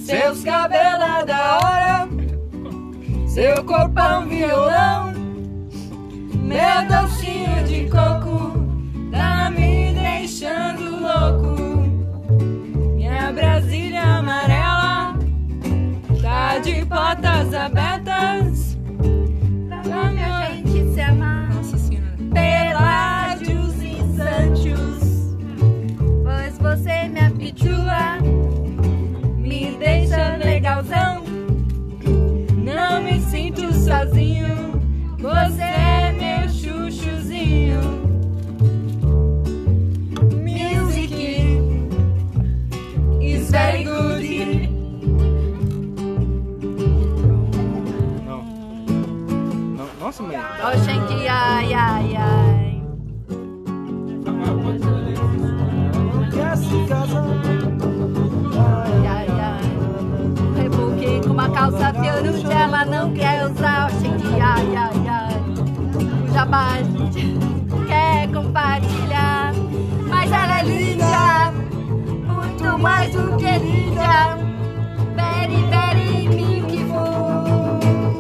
seus cabelos da hora, seu corpo é um violão, meu docinho de coco tá me deixando louco. Minha Brasília amarela tá de portas abertas pra minha gente se amar. Nossa Senhora. Pelágios e Santos, pois você me apitula, me deixa legalzão. Não me sinto sozinho, você é meu chuchuzinho. Music is very good. Não. Nossa, mãe. Oxente, ai, ai, ai. Quer se casar? Ai, ai, ai. Reboquei com uma calça fiorucha, ela não quer usar. Oxente, ai, ai, ai. O jabá quer compartilhar, mas ela é linda, muito mais do que linda. Very, very beautiful.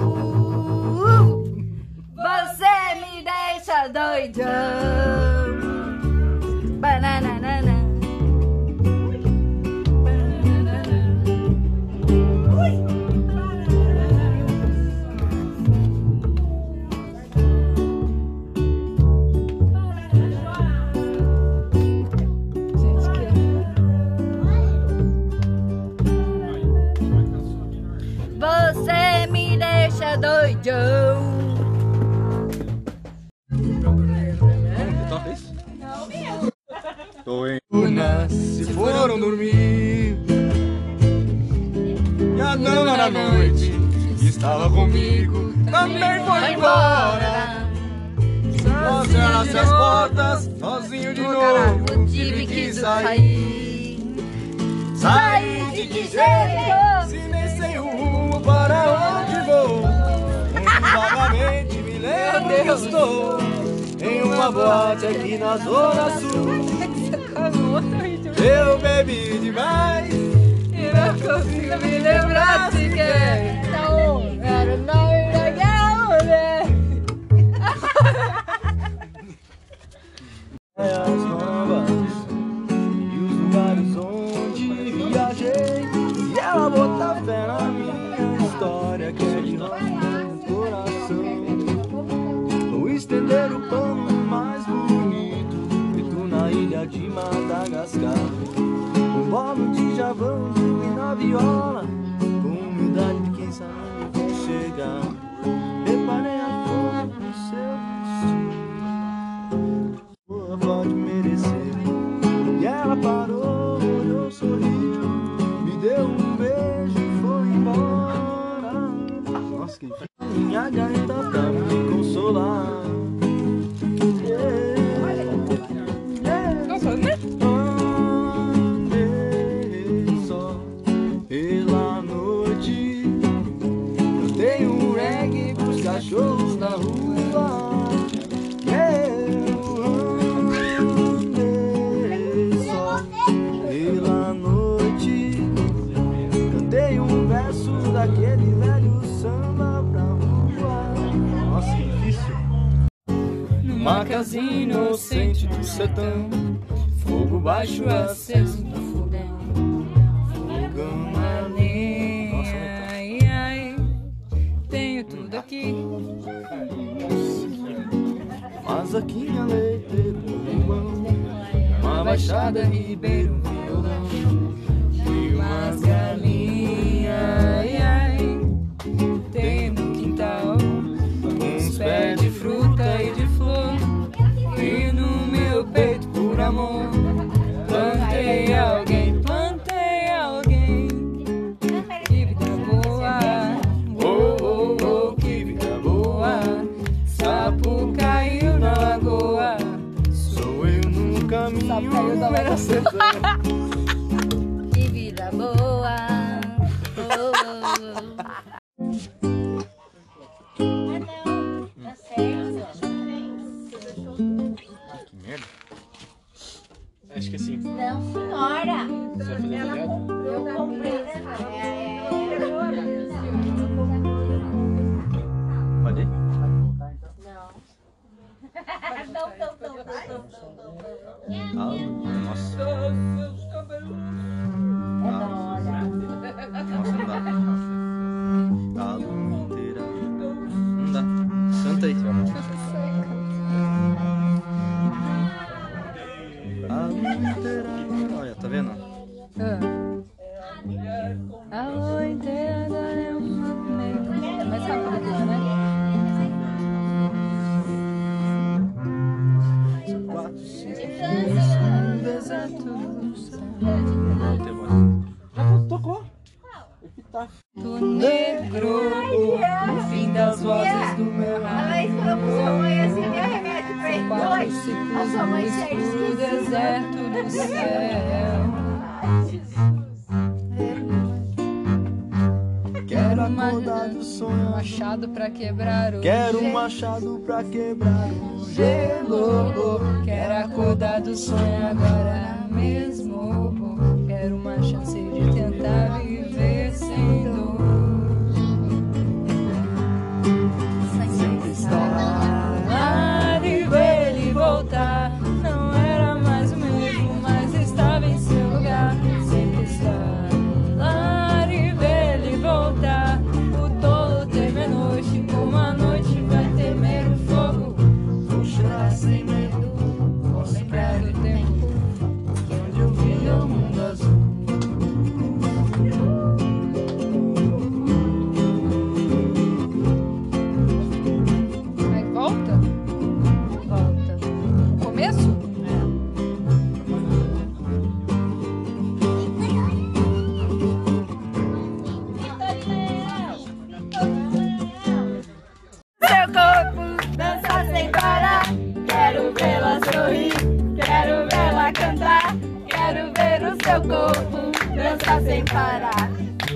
Você me deixa doidão. Bananana. Você me deixa doidão. Não, meu. Tô em Luna, se foram dormir. E a dama da noite que estava comigo também foi embora. Fecharam-se as portas, sozinho de novo, tive que sair. Sair de que jeito? Se nem sei o rumo para onde vou. Vagamente me lembro que estou em uma boate aqui na Zona Sul. Eu bebi demais E não consigo me lembrar de quem. Então, era o nome daquela mulher. as novas e os lugares onde viajei. E ela bota fé na minha história, que é de rosa no coração. Vou estender o pano mais bonito, feito na ilha de Madagascar. Um bolo de javão e na viola, com humildade de quem sabe onde chegar. Reparei a flor no seu vestido, pode merecer. E ela parou, olhou, sorriu, me deu um beijo e foi embora. Nossa, que minha garota pra me consolar. Andei só pela noite, cantei um reggae pros cachorros na rua. Aquele velho samba pra rua. Nossa, que difícil. Numa casinha inocente do sertão, fogo baixo aceso no fogão. Fogão a lenha, ai, ai. Tenho tudo aqui. Mas aqui a leiteiro, uma baixada, ribeiro, um violão e umas galinhas. Ai, ai. Tem no quintal uns pés de fruta e de flor, e no meu peito por amor plantei alguém, que vida boa, oh, oh, oh, que vida boa. Sapo caiu na lagoa, sou eu no caminho. Sapo caiu na lagoa. Que vida boa, oh, oh, oh. Que merda. Acho que sim. Não, senhora. Você vai fazer Eu comprei, né? Do negro, o fim das vozes do meu Ela raio. falou pra sua mãe assim, deu remédio pra ele. Quatro A ciclos sua mãe no escuro deserto do céu. Quero uma- acordar do sonho. Machado pra quebrar o Quero um gelo. machado pra quebrar o Gelo. Quero acordar do sonho agora mesmo. Quero uma chance de tentar viver sem dor. Sempre estar E ver ele voltar. Não era mais o mesmo, mas estava em seu lugar. Sempre estar lá e ver ele voltar. O tolo teme a noite, como a noite vai temer o fogo. Vou chorar sem medo, vou lembrar do tempo onde eu vi o mundo azul. Aí volta? Volta. No começo? Seu corpo dança sem parar. Quero vê-la sorrir, quero vê-la cantar. Quero ver o seu corpo dançar sem parar.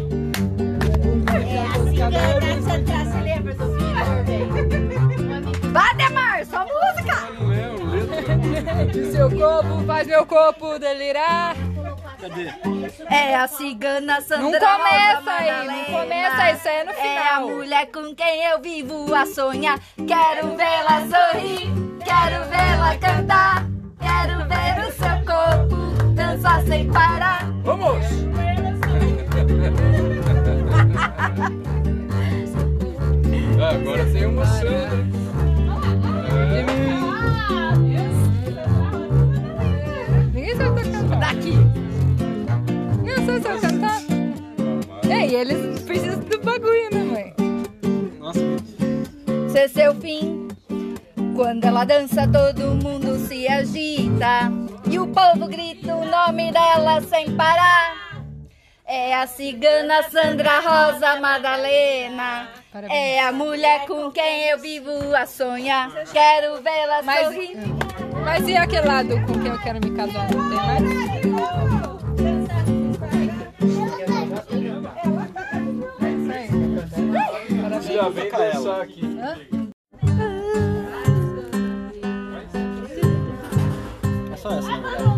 É a cigana Sandra, se lembra do Vitor, velho? Valdemar, só música! De seu corpo faz meu corpo delirar. É a cigana Sandra. Não começa Rosa aí, Madalena. não começa aí, isso aí é no É a final. mulher com quem eu vivo a sonhar. Quero vê-la sorrir, quero vê-la cantar. Quero ver o seu corpo dançar sem parar. Vamos! Agora tem emoção. Ninguém sabe cantar. Daqui. Não sei se eu cantar. Ei, eles precisam do bagulho, né, mãe? Nossa, Ser seu fim. Quando ela dança, todo mundo se agita. E o povo grita o nome dela sem parar. É a cigana Sandra Rosa Madalena. Parabéns. É a mulher com quem eu vivo a sonhar. Quero vê-la Mas, sorrir. mas e aquele lado com quem eu quero me casar? Não tem mais? você já vem dançar aqui. É só essa.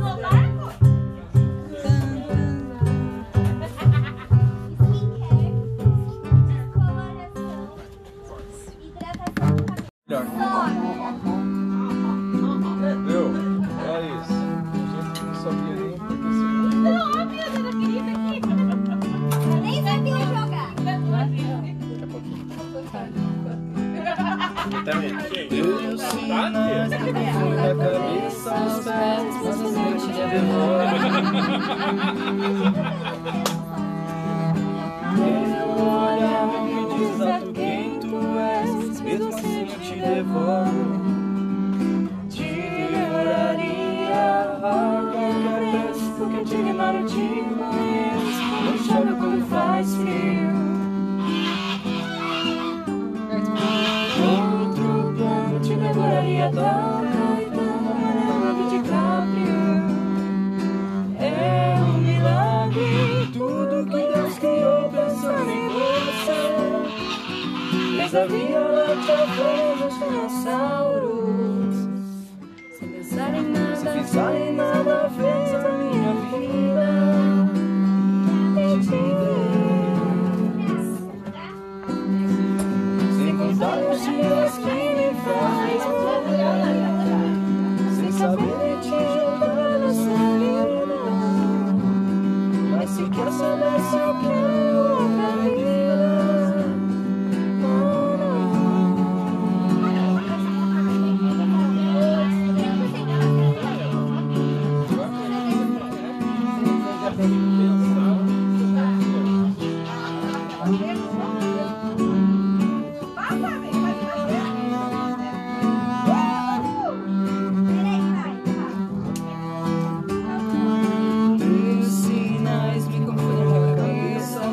Entendeu? É isso. A gente não sabia nem porque Nem sabia jogar. Eu sinais que fui da cabeça aos pés, mas você te devora. Meu olhar me diz a tu quem tu és, mesmo assim eu te devoro. Te devoraria a qualquer preço, porque te ignoro, te conheço. Não chove quando faz frio. Outro plano te devoraria toda Leonardo DiCaprio. É um milagre tudo que Deus criou pensando em você. Desde a Via Láctea até os dinossauros. Sem pensar em nada, sem pensar em nada, fez a minha vida. E te ver. Sem contar os dias que me faz morrer, sem saber te jogar na solidão. Mas se quer saber se eu quero outra vida, oh, Teus sinais me confundem a cabeça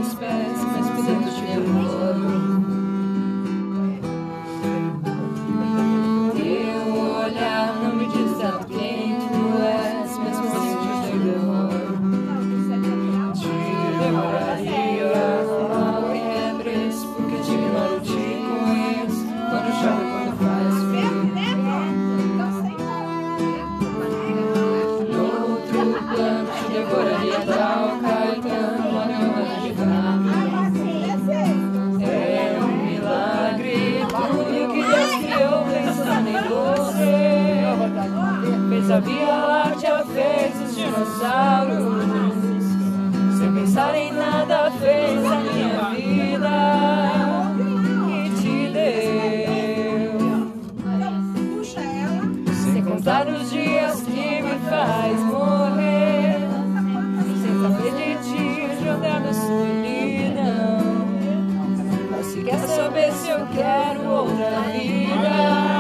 a Via Láctea fez os dinossauros. Sem pensar em nada fez a minha vida e te deu. Sem contar os dias que me faz morrer, sem saber de ti, jogando solidão. Você quer saber se eu quero outra vida?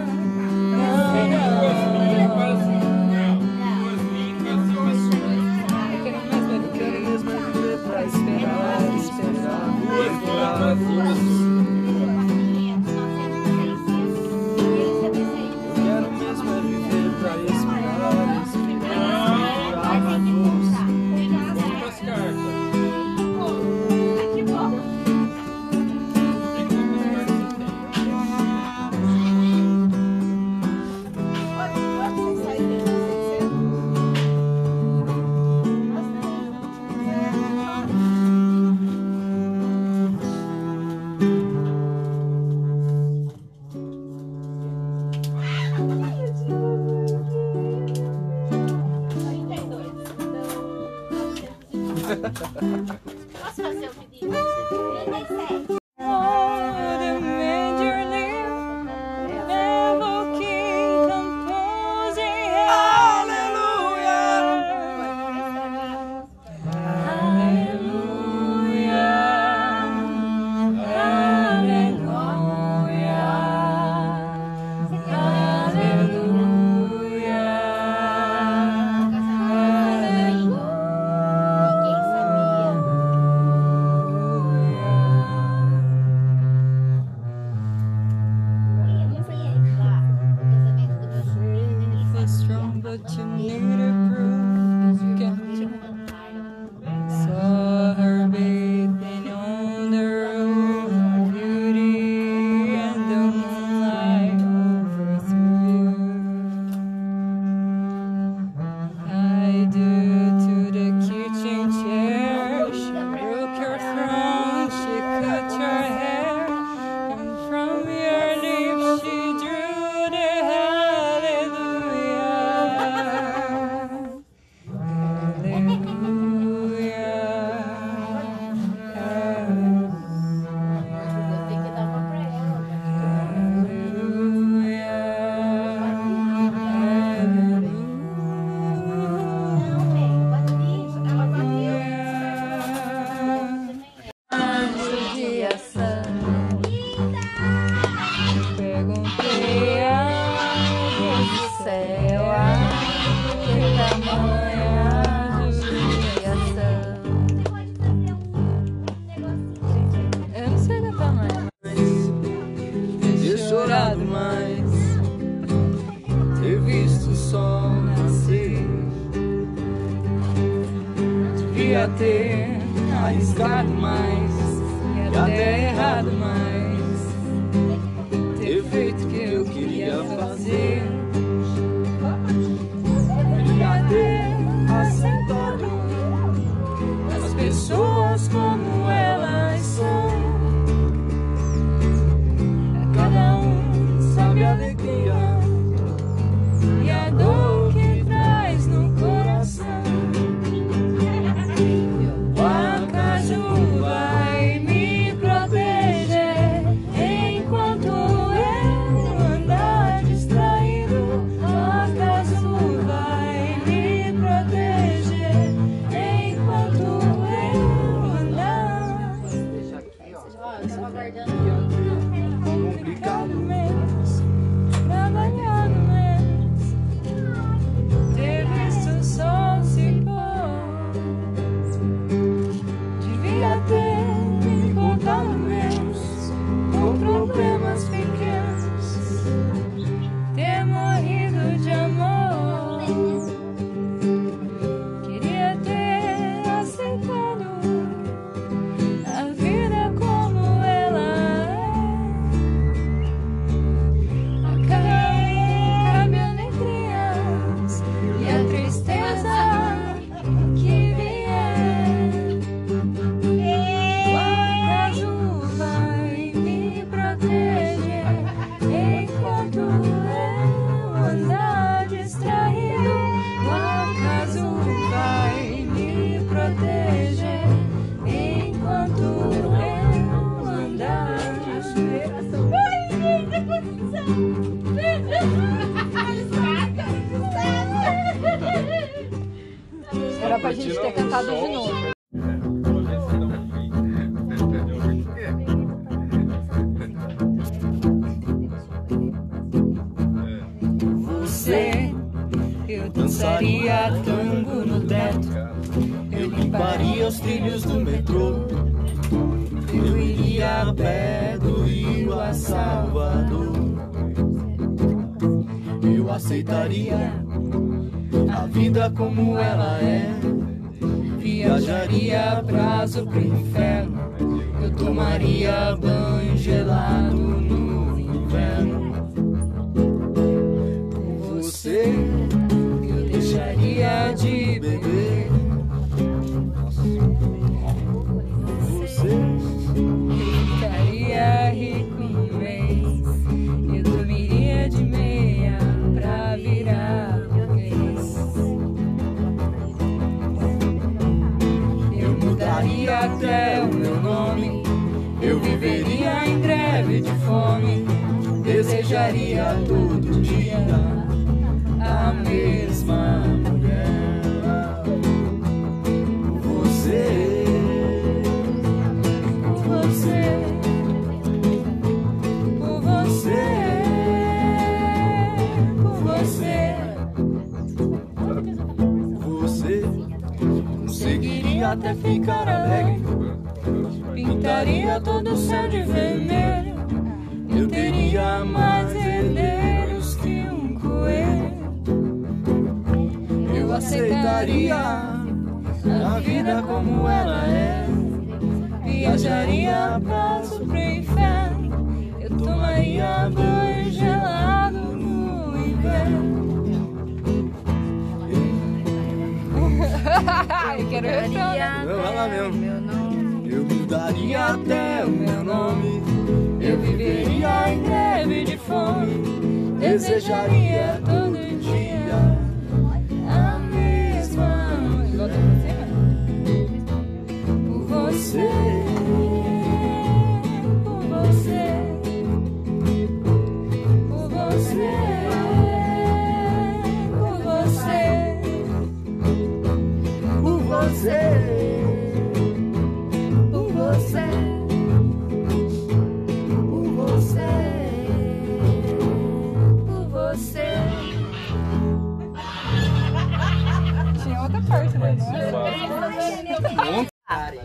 Posso fazer o pedido? 37. Ter visto o sol nascer, devia ter arriscado mais e até errado mais, ter feito o que eu queria fazer, devia ter aceitado as pessoas como elas são. Cada um sabe a alegria e a dor que traz no coração. O acaso vai me proteger enquanto eu andar distraído. gente ter cantado de novo. Você, eu dançaria tango no teto, Eu limparia os trilhos do metrô, eu iria a pé do Rio a Salvador. Eu aceitaria a vida como ela é, viajaria prazo pro inferno, eu tomaria banho gelado no inverno. Por você, eu deixaria de beber. Você ficaria rico um mês, eu dormiria de meia pra virar vez. Eu mudaria até o meu nome, eu viveria em greve de fome, desejaria todo dia a mesma mulher. Você, Por você, por você, por você, você conseguiria até ficar alegre. pintaria todo o céu de vermelho, eu teria mais herdeiros que um coelho. Eu aceitaria a vida como ela é, viajaria a prazo pro inferno, eu tomaria banho gelado no inverno. Eu quero refrão. Não, vai lá mesmo. Meu nome. Eu mudaria até o meu nome, Eu viveria em greve de fome, desejaria todo dia a mesma. Volta pra cima. Por você, por você, por você, por você, por você, Por você. por você. Por você. Tinha outra parte, né? Agora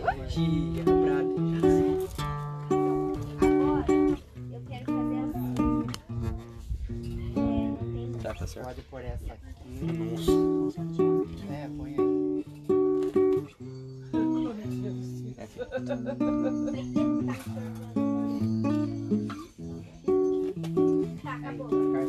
eu quero fazer assim. Tá certo. Pode pôr essa aqui. É, põe aí. Tá, acabou.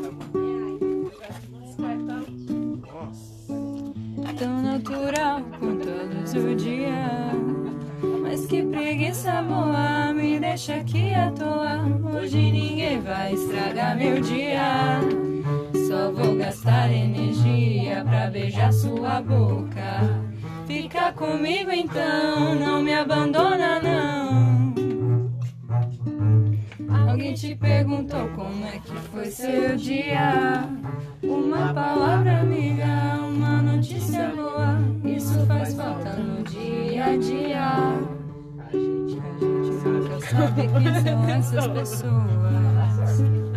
Tão natural quanto a luz do dia, mas que preguiça boa, me deixa aqui à toa. Hoje ninguém vai estragar meu dia, só vou gastar energia pra beijar sua boca. Fica comigo então, não me abandona não. Alguém te perguntou como é que foi seu dia? Uma palavra amiga, uma notícia boa, isso faz falta no dia a dia. A gente nunca sabe quem são essas pessoas.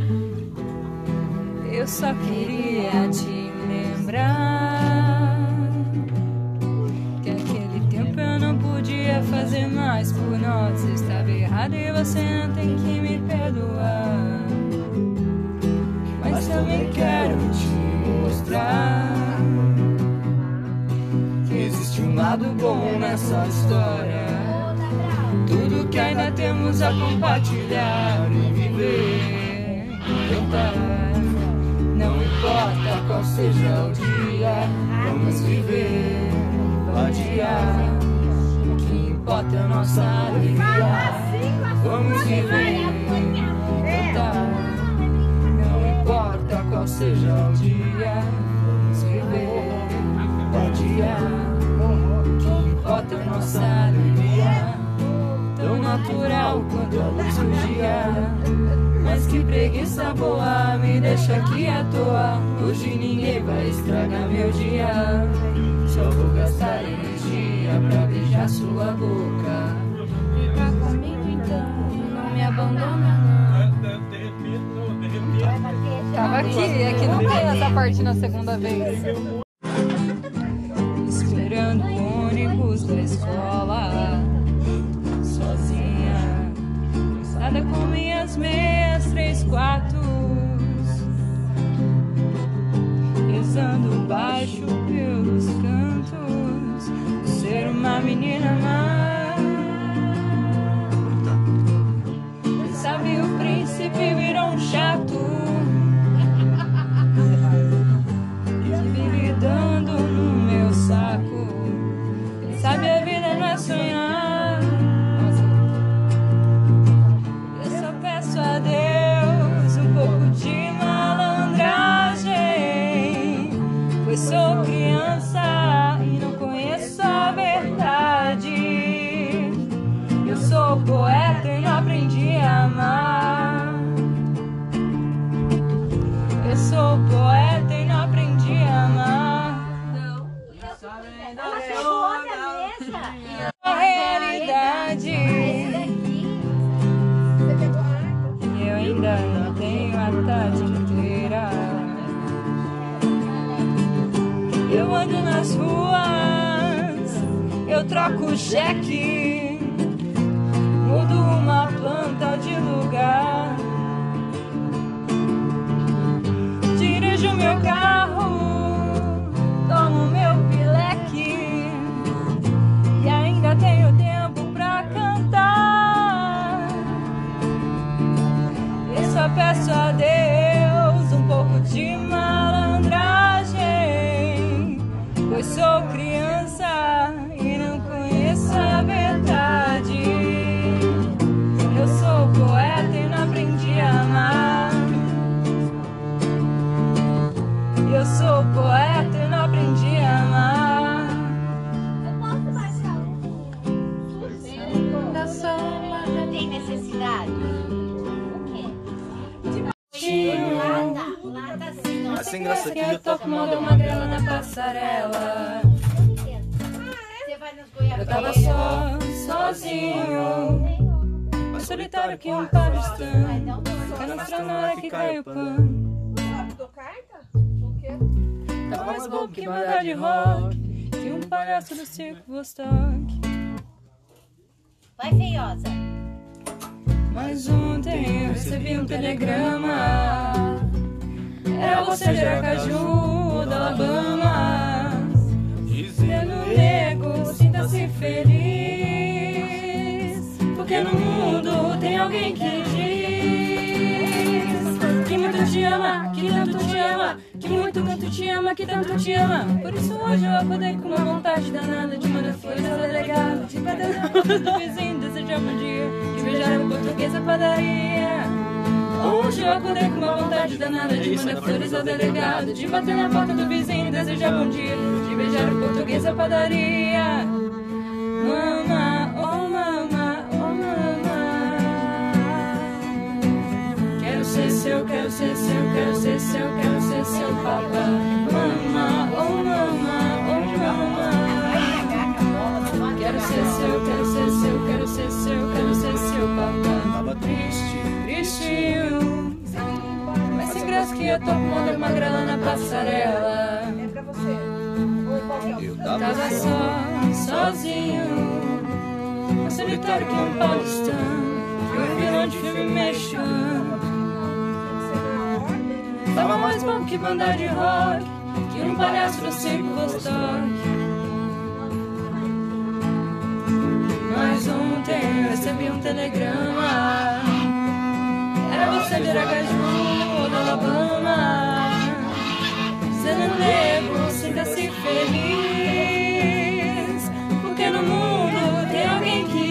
Eu só queria te lembrar que aquele tempo eu não podia fazer mais por nós. Eu estava errado e você não tem que me perdoar. Mas também quero te mostrar que existe um lado bom nessa história. Tudo que ainda temos a compartilhar e viver, cantar. Não importa qual seja o dia, vamos viver, vadiar. O que importa é a nossa alegria. Vamos viver, cantar. Não importa qual seja o dia, vamos viver, vadiar. O que importa é a nossa alegria. Tão natural quanto a luz do dia, mas que preguiça boa, me deixa aqui à toa. Hoje ninguém vai estragar meu dia, só vou gastar energia dia pra beijar sua boca. Fica comigo então, não me abandona não. Tava aqui não tem essa parte na segunda vez. Esperando o ônibus da escola, sozinha, cansada com minhas meias 3/4, rezando baixo pelos cantos, ser uma menina má. Sabe, o príncipe virou um chato, dando no meu saco. Sabe, a vida não é sonhar. Eu só peço a Deus um pouco de malandragem, pois sou criança e não conheço a verdade. Eu sou poeta e não aprendi a amar. Eu sou poeta e não aprendi a amar. A realidade, eu ainda não tenho a tarde inteira. Eu ando nas ruas, eu troco cheque, mudo uma planta de lugar, dirijo meu carro, tomo meu pileque e ainda tenho tempo pra cantar. Eu só peço a Deus um pouco de malandragem, pois sou criança e não conheço a verdade. Eu sou poeta e não aprendi a amar. Eu sou poeta e não aprendi a amar. Eu posso baixar Da sola. Não tem necessidade. O quê? Lá tá assim, ó. Sem graça aqui Eu já tô tá fumando uma grela na passarela. Você vai nos goiabeiros. Eu tava sozinho, mais solitário que um paulistano, canastrando na hora que cai o pano. Tava mais bom que banda de rock, que um palhaço do circo Vostok. Vai, feiosa. Mas ontem eu recebi um telegrama. Era você de Aracaju, da Alabama, dizendo: nego, sinta-se feliz, porque no mundo tem alguém que diz que muito te ama, que tanto te ama, que muito te ama, que tanto te ama. Por isso hoje eu acordei com uma vontade danada de mandar flores ao delegado, de bater na porta do vizinho, desejar um dia de beijar a portuguesa padaria. Hoje eu acordei com uma vontade danada de mandar flores ao delegado, de bater na porta do vizinho, desejar bom dia, de beijar o português à padaria. Mama, oh mama, oh mama, quero ser seu, quero ser seu, quero ser seu, quero ser seu papá. Mama, oh mama, oh mama, quero ser seu, quero ser seu, quero ser seu, quero ser seu papá. Tava triste, Tristinho, mas sem graça que eu tô fumando uma grela na passarela. É pra você. eu Tava sozinho, mais solitário que um paulistano, e um vilão de filme mexicano. Tava mais bom que banda de rock, que um palhaço do circo Vostok. Mas ontem eu recebi um telegrama. Era você de Aracaju ou da Alabama, dizendo: nego, sinta-se feliz, porque no mundo tem alguém que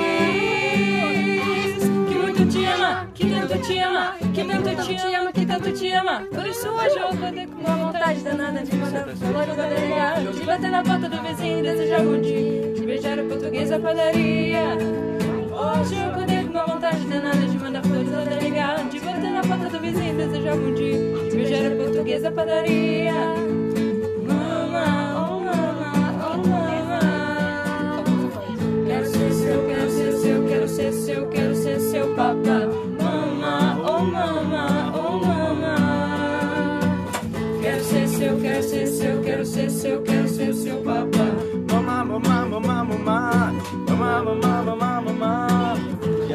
diz que muito te ama, que tanto te ama, que tanto te ama, que tanto te ama. Por isso hoje eu acordei com uma vontade danada de mandar flores ao delegado, de bater na porta do vizinho e desejar bom dia, de beijar o português à padaria. Hoje eu acordei com uma vontade danada de mandar flores ao delegado, de bater na porta do vizinho e desejar bom dia, de beijar a portuguesa padaria. Mama, oh mama, oh mama,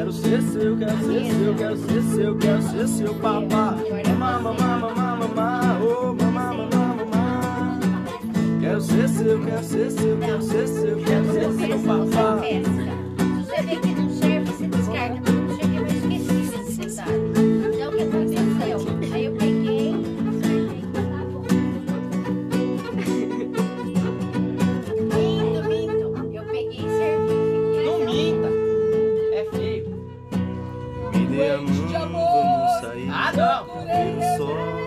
Quero ser seu, quero ser seu, quero ser seu, quero ser seu papá. Mamá, mamá, mamá, oh mamá, mamá, mamá. Quero ser seu, quero ser seu, quero ser seu, quero ser seu papá. Se você vê que não serve, você descarta. Não sei que eu esqueci desse detalhe. Então o que aconteceu? Aí eu peguei. Minto. Eu peguei e servi. Não minta. É feio. Me dê a mão, vamos sair. Ah, não. Eu só.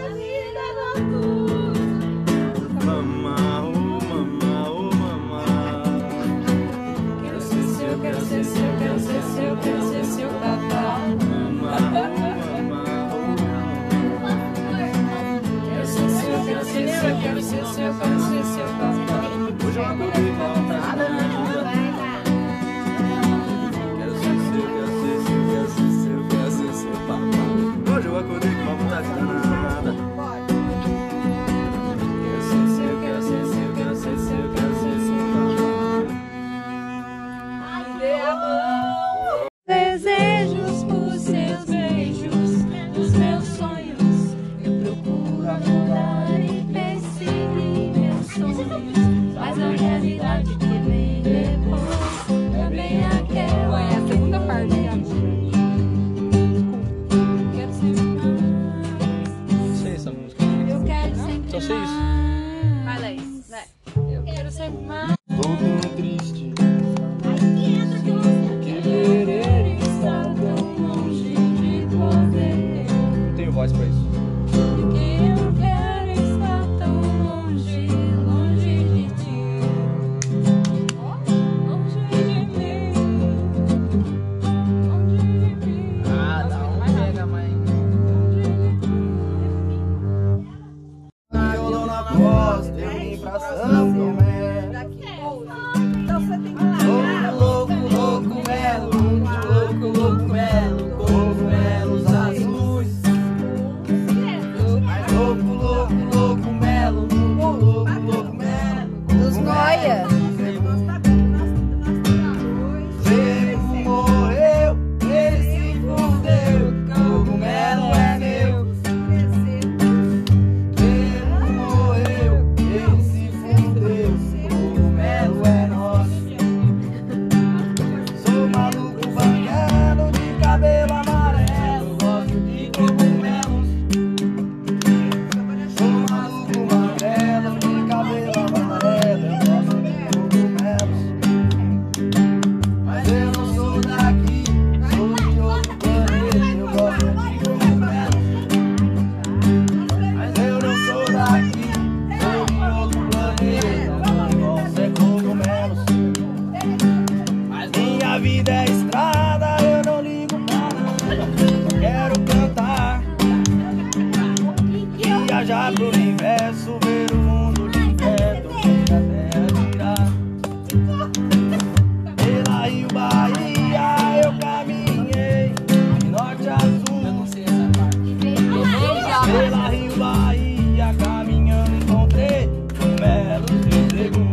Mamá, oh mamá, oh mamá. Quero ser seu, quero ser seu, quero ser seu, quero ser seu papá. Mamá, oh mamá, oh mamá. Quero ser seu, quero ser seu, quero ser seu, quero ser seu papá. Hoje eu acordei com a vontade da minha vida. Quero ser seu, quero ser seu, quero ser seu, quero ser seu papá. Hoje eu acordei com uma vontade danada. Quero ser seu, quero ser seu, quero ser seu, quero ser seu papá. Me dê a mão. Desejos por seus beijos, os meus sonhos. Eu procuro acordar e perseguir meus sonhos. Mas a realidade que vem depois também aquela. É a segunda parte, quero ser mais. Não sei essa música. Eu quero sempre Só sei isso. mais. Vai, Laís, vai. Eu quero sempre mais. Todo triste. Querer estar tão longe de você. Não tenho voz pra isso. Que eu quero estar tão longe, longe de ti, longe de mim, longe de mim. Ah, dá um pega, mãe. Violão na costa, eu vim pra São Tomé. Louco, louco, melo, louco, louco, melo, cogumelos azuis. Louco, louco, louco, melo, louco, louco, melo, Dos Noia. Zebo morreu, ele se fudeu, cogumelo é meu. Zebo morreu, ele se fudeu, cogumelo é nosso. Sou maluco banhado de cabelo amarelo, gosto de cogumelos. Sou maluco amarelo de cabelo amarelo, eu gosto de cogumelos. Mas eu não sou daqui, sou de outro planeta, eu gosto de cogumelos. Mas eu não sou daqui, sou de outro planeta, eu gosto de cogumelos. Mas minha vida é estrada, eu não ligo pra nada. Quero cantar, viajar pro universo, ver o mundo de perto, ver a terra girar. Pela Rio Bahia eu caminhei, de norte a sul. Pela Rio Bahia caminhando encontrei cogumelos de Zebu.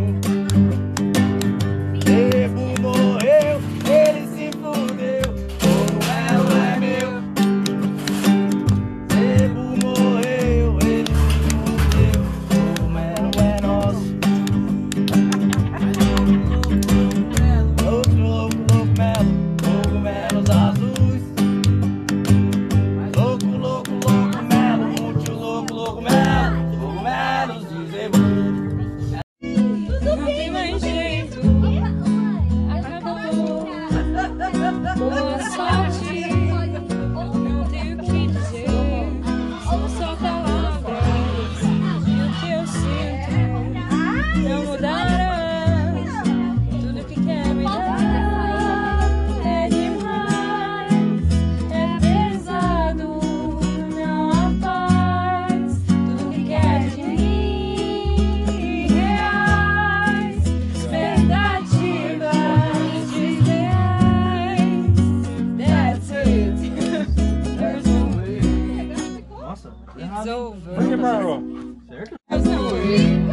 Zebu morreu, ele se fudeu, cogumelo é meu. Zebu morreu, ele se fudeu, cogumelo é nosso. Louco, louco, louco, melo, cogumelos azuis. Louco, louco, louco, melo, muito louco, louco, melo, cogumelos de Zebu. Não tem mais jeito, acabou. Boa sorte, não tenho o que dizer. São só palavras e o que eu sinto não mudará. Tudo que quer me dar é demais, é pesado, não há paz. Tudo que quer de mim, reais, expectativas desleais. That's it. There's no way. Nossa, It's over. Por que parou? There's no way.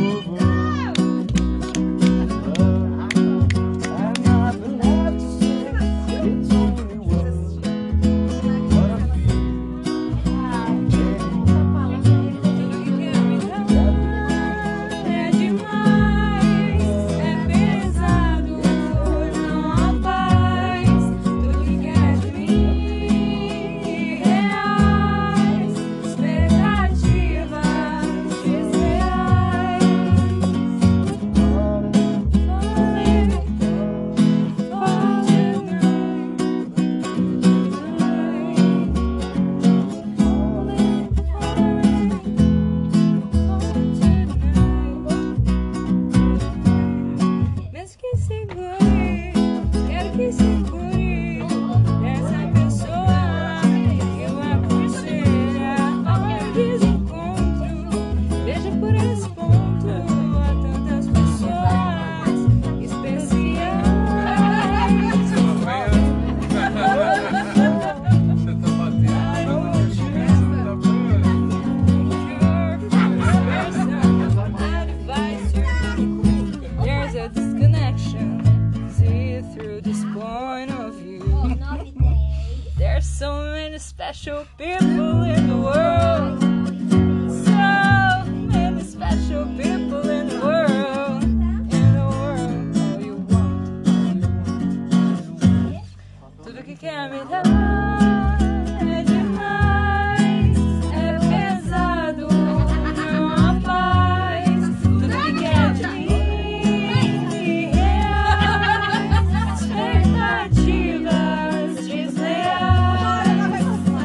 I'm not allowed to say segure dessa pessoa que vai por ser ao desencontro. Veja por esse ponto há tantas pessoas especiais. There's a disconnection, see through this point of view. There's so many special people in the world. So many special people in the world. In the world, all you want. Tudo que quer me dar é demais, é pesado, não há paz. Tudo que quer de mim expectativas desleais.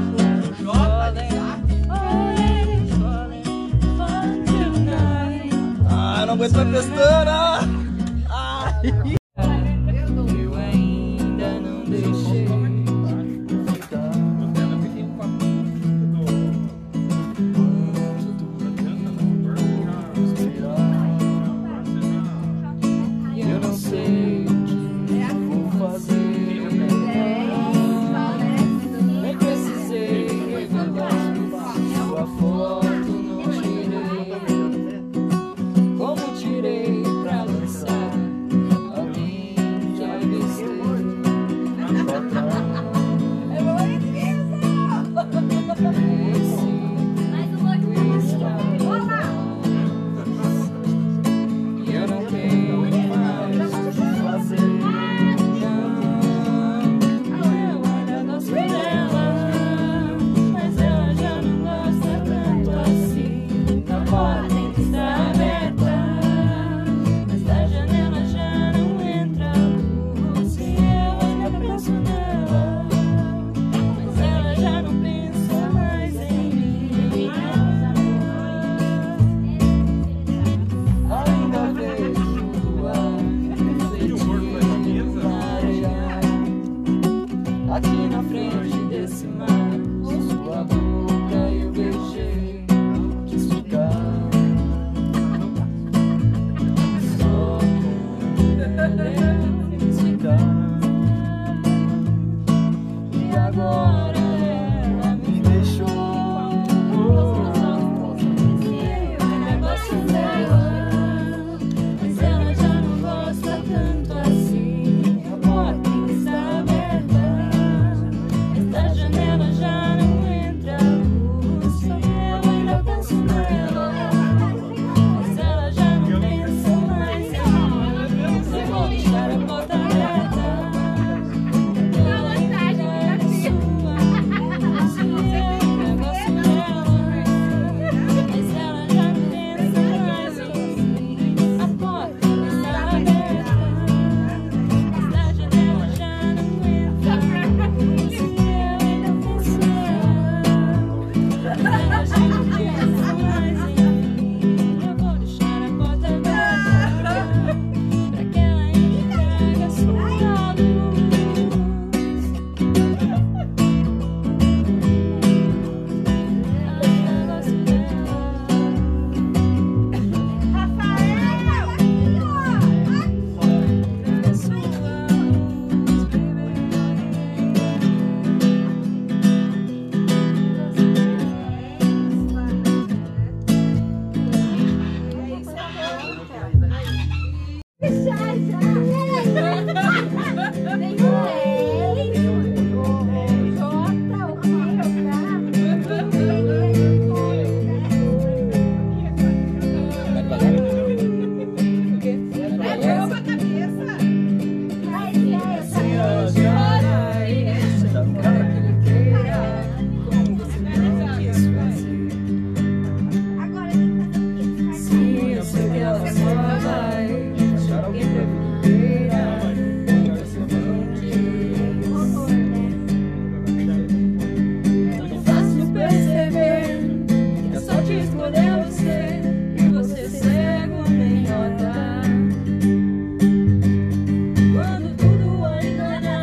Falling tonight. Ah, não aguento mais pestana! Eu ainda não deixei. Eu não sei o que vou fazer. Nem precisei revelar sua foto, não tirei. Como tirei pra lançar alguém já avistei. Eu não tenho mais o que fazer. Eu ainda gosto dela, mas ela já não gosta tanto assim. A porta tem que estar aberta, mas da janela já não entra luz. E eu ainda penso nela, mas ela já não pensa mais em mim. Ainda vejo a refletir no areia, aqui na frente desse mar. Sua boca eu beijei, quis ficar só com ela, quis ficar. E agora ela me deixou. Eu ainda gosto dela, mas ela já não gosta tanto assim. A porta tem que estar aberta, mas da janela já não entra luz. Só eu ainda penso nela, mas ela já não pensa mais em mim. Eu vou deixar a porta aberta, ela ainda é sua. Se eu ainda gosto dela, mas ela já não pensa mais em mim. A porta tem que estar aberta, mas da janela já não entra luz. Se eu ainda penso nela, ela já não pensa mais em mim. Eu vou deixar a porta aberta, pra que ela ainda traga sua luz. Ainda gosto dela. Quando tudo ainda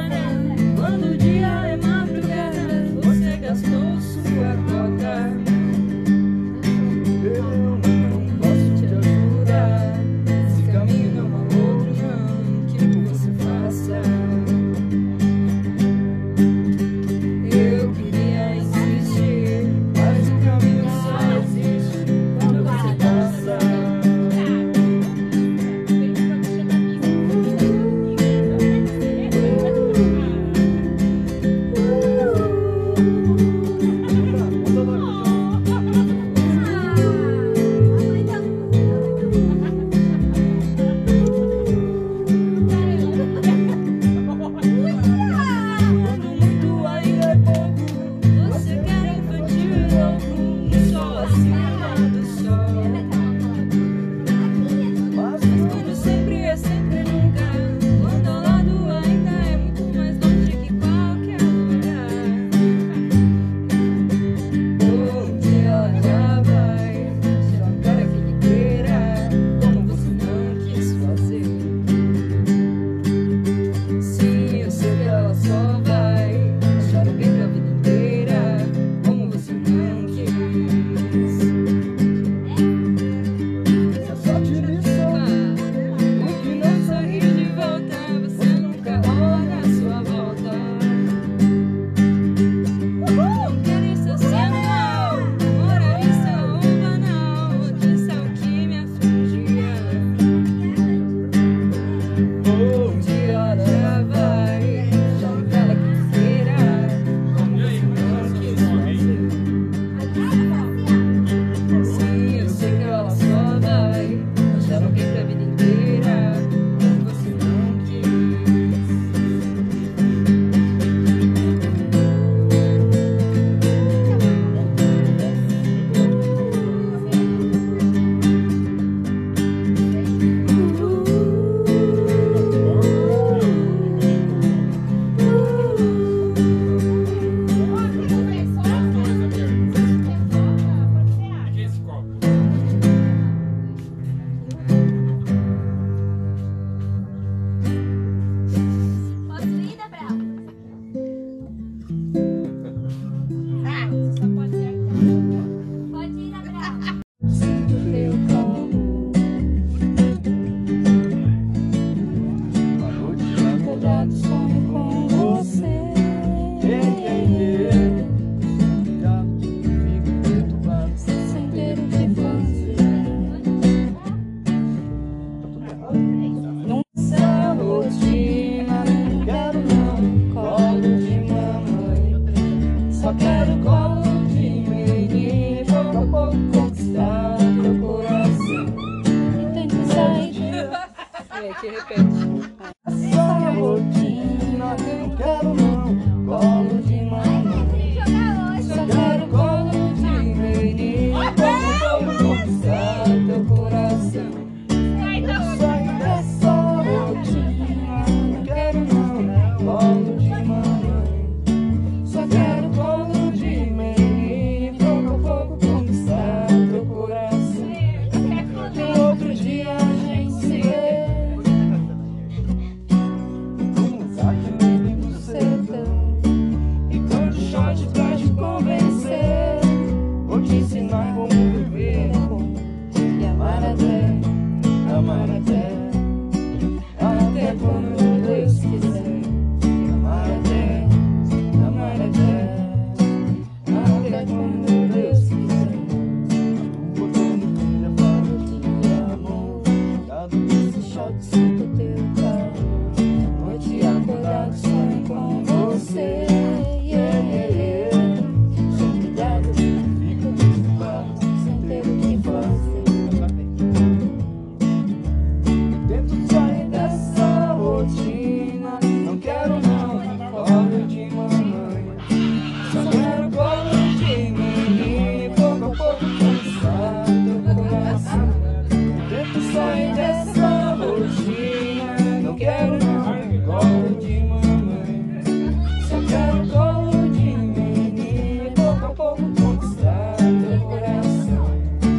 sai de mim do sertão. E quando short pra te convencer, vou te ensinar como viver e amar até quando Deus quiser. Amar até quando Deus quiser. Botando pilha para te amor, cada esse shot sinto teu calor. Noite acordado sonho com você. Chateado, fico desculpado, sem ter o que fazer. Tento sair dessa rotina, não quero não colo de mamãe. Só quero colo de menino e pouco a pouco cansar teu coração. Tento sair dessa rotina, não quero não colo de mamãe. Só quero colo de menino e pouco a pouco conquistar teu coração.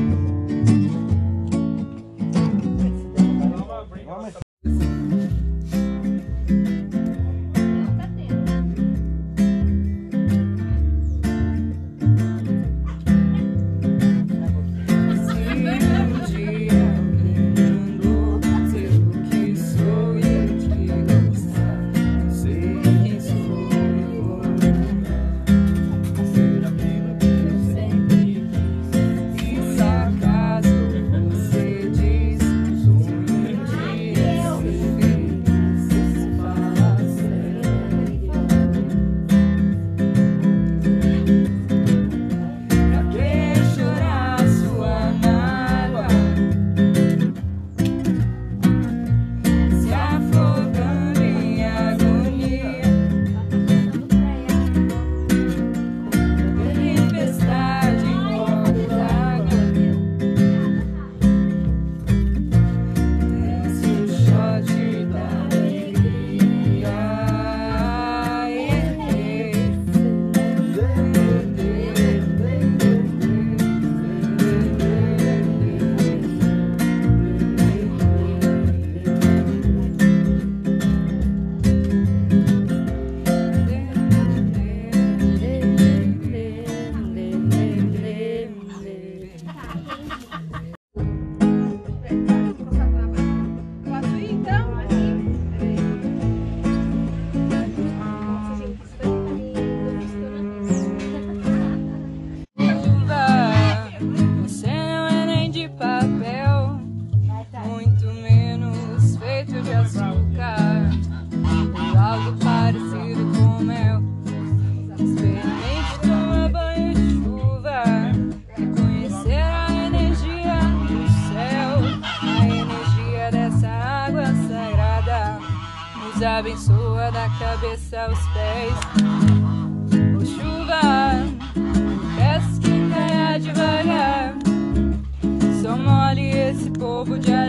Abençoa da cabeça aos pés. Ô chuva, peço que caia devagar. Só molhe esse povo de alegria.